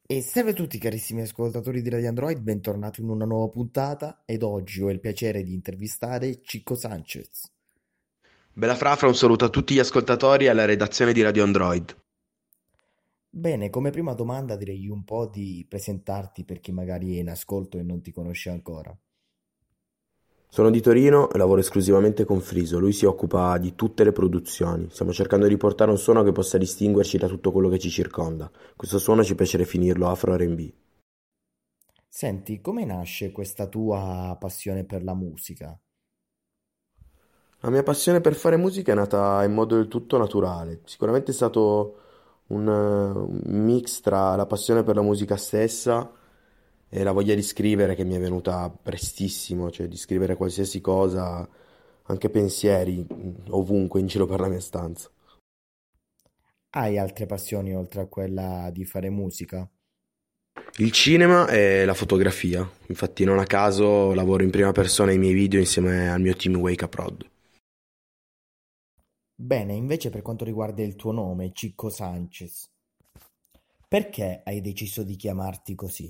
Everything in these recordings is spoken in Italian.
E salve a tutti carissimi ascoltatori di Radio Android, bentornati in una nuova puntata ed oggi ho il piacere di intervistare Chico Sanchez. Bella Frafra, un saluto a tutti gli ascoltatori e alla redazione di Radio Android. Bene, come prima domanda direi un po' di presentarti per chi magari è in ascolto e non ti conosce ancora. Sono di Torino e lavoro esclusivamente con Friso, lui si occupa di tutte le produzioni. Stiamo cercando di portare un suono che possa distinguerci da tutto quello che ci circonda. Questo suono ci piace definirlo Afro R&B. Senti, come nasce questa tua passione per la musica? La mia passione per fare musica è nata in modo del tutto naturale. Sicuramente è stato un mix tra la passione per la musica stessa e la voglia di scrivere che mi è venuta prestissimo, cioè di scrivere qualsiasi cosa, anche pensieri, ovunque in giro per la mia stanza. Hai altre passioni oltre a quella di fare musica? Il cinema e la fotografia, infatti non a caso lavoro in prima persona ai miei video insieme al mio team Wake Up Prod. Bene, invece per quanto riguarda il tuo nome, Chico Sanchez, perché hai deciso di chiamarti così?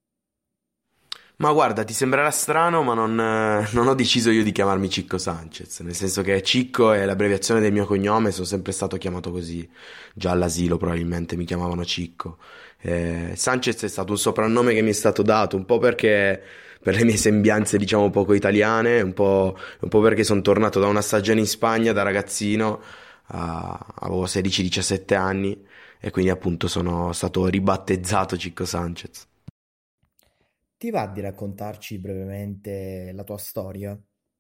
Ma guarda, ti sembrerà strano, ma non ho deciso io di chiamarmi Cicco Sanchez, nel senso che Cicco è l'abbreviazione del mio cognome, sono sempre stato chiamato così, già all'asilo probabilmente mi chiamavano Cicco. Sanchez è stato un soprannome che mi è stato dato, un po' perché per le mie sembianze diciamo poco italiane, un po' perché sono tornato da una stagione in Spagna da ragazzino, avevo 16-17 anni e quindi appunto sono stato ribattezzato Cicco Sanchez. Ti va di raccontarci brevemente la tua storia?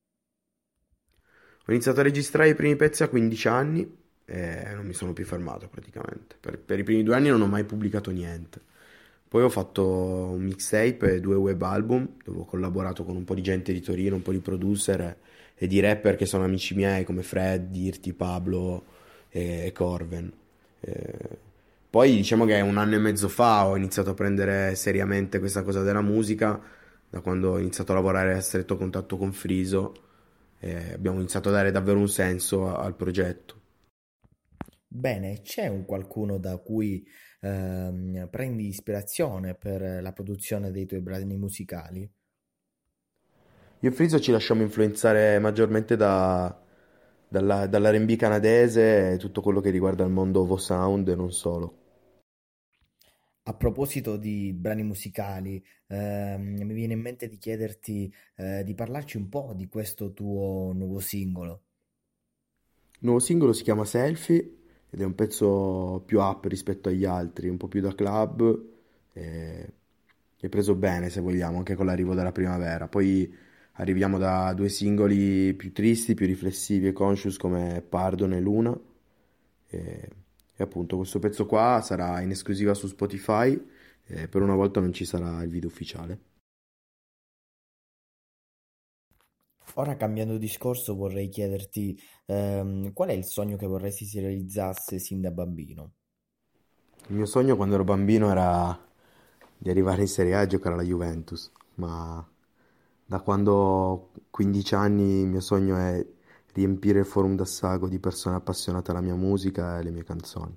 Ho iniziato a registrare i primi pezzi a 15 anni e non mi sono più fermato praticamente. Per i primi 2 anni non ho mai pubblicato niente. Poi ho fatto un mixtape e due web album dove ho collaborato con un po' di gente di Torino, un po' di producer e di rapper che sono amici miei come Fred, Dirty, Pablo e Corven. Eh, Poi diciamo che 1 anno e mezzo fa ho iniziato a prendere seriamente questa cosa della musica, da quando ho iniziato a lavorare a stretto contatto con Friso e abbiamo iniziato a dare davvero un senso al progetto. Bene, c'è un qualcuno da cui prendi ispirazione per la produzione dei tuoi brani musicali? Io e Friso ci lasciamo influenzare maggiormente dall'R&B canadese e tutto quello che riguarda il mondo Ovo Sound e non solo. A proposito di brani musicali, mi viene in mente di chiederti di parlarci un po' di questo tuo nuovo singolo. Il nuovo singolo si chiama Selfie ed è un pezzo più up rispetto agli altri, un po' più da club, e è preso bene se vogliamo, anche con l'arrivo della primavera. Poi arriviamo da due singoli più tristi, più riflessivi e conscious come Pardon e Luna. E, e appunto questo pezzo qua sarà in esclusiva su Spotify e per una volta non ci sarà il video ufficiale. Ora cambiando discorso vorrei chiederti qual è il sogno che vorresti si realizzasse sin da bambino? Il mio sogno quando ero bambino era di arrivare in Serie A e giocare alla Juventus, ma da quando ho 15 anni il mio sogno è riempire il Forum d'Assago di persone appassionate alla mia musica e alle mie canzoni.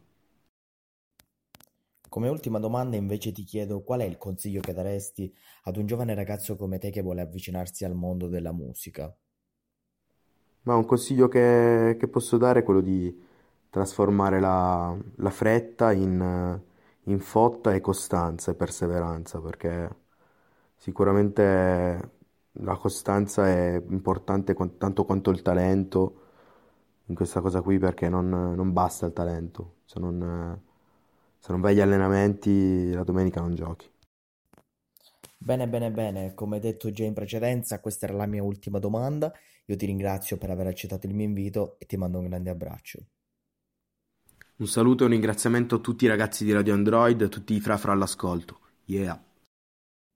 Come ultima domanda invece ti chiedo qual è il consiglio che daresti ad un giovane ragazzo come te che vuole avvicinarsi al mondo della musica? Ma un consiglio che posso dare è quello di trasformare la fretta in fotta e costanza e perseveranza, perché sicuramente la costanza è importante tanto quanto il talento in questa cosa qui, perché non basta il talento. Se non vai agli allenamenti, la domenica non giochi. Bene, bene, bene, come detto già in precedenza, questa era la mia ultima domanda. Io ti ringrazio per aver accettato il mio invito e ti mando un grande abbraccio. Un saluto e un ringraziamento a tutti i ragazzi di Radio Android e a tutti i fra all'ascolto. Yeah!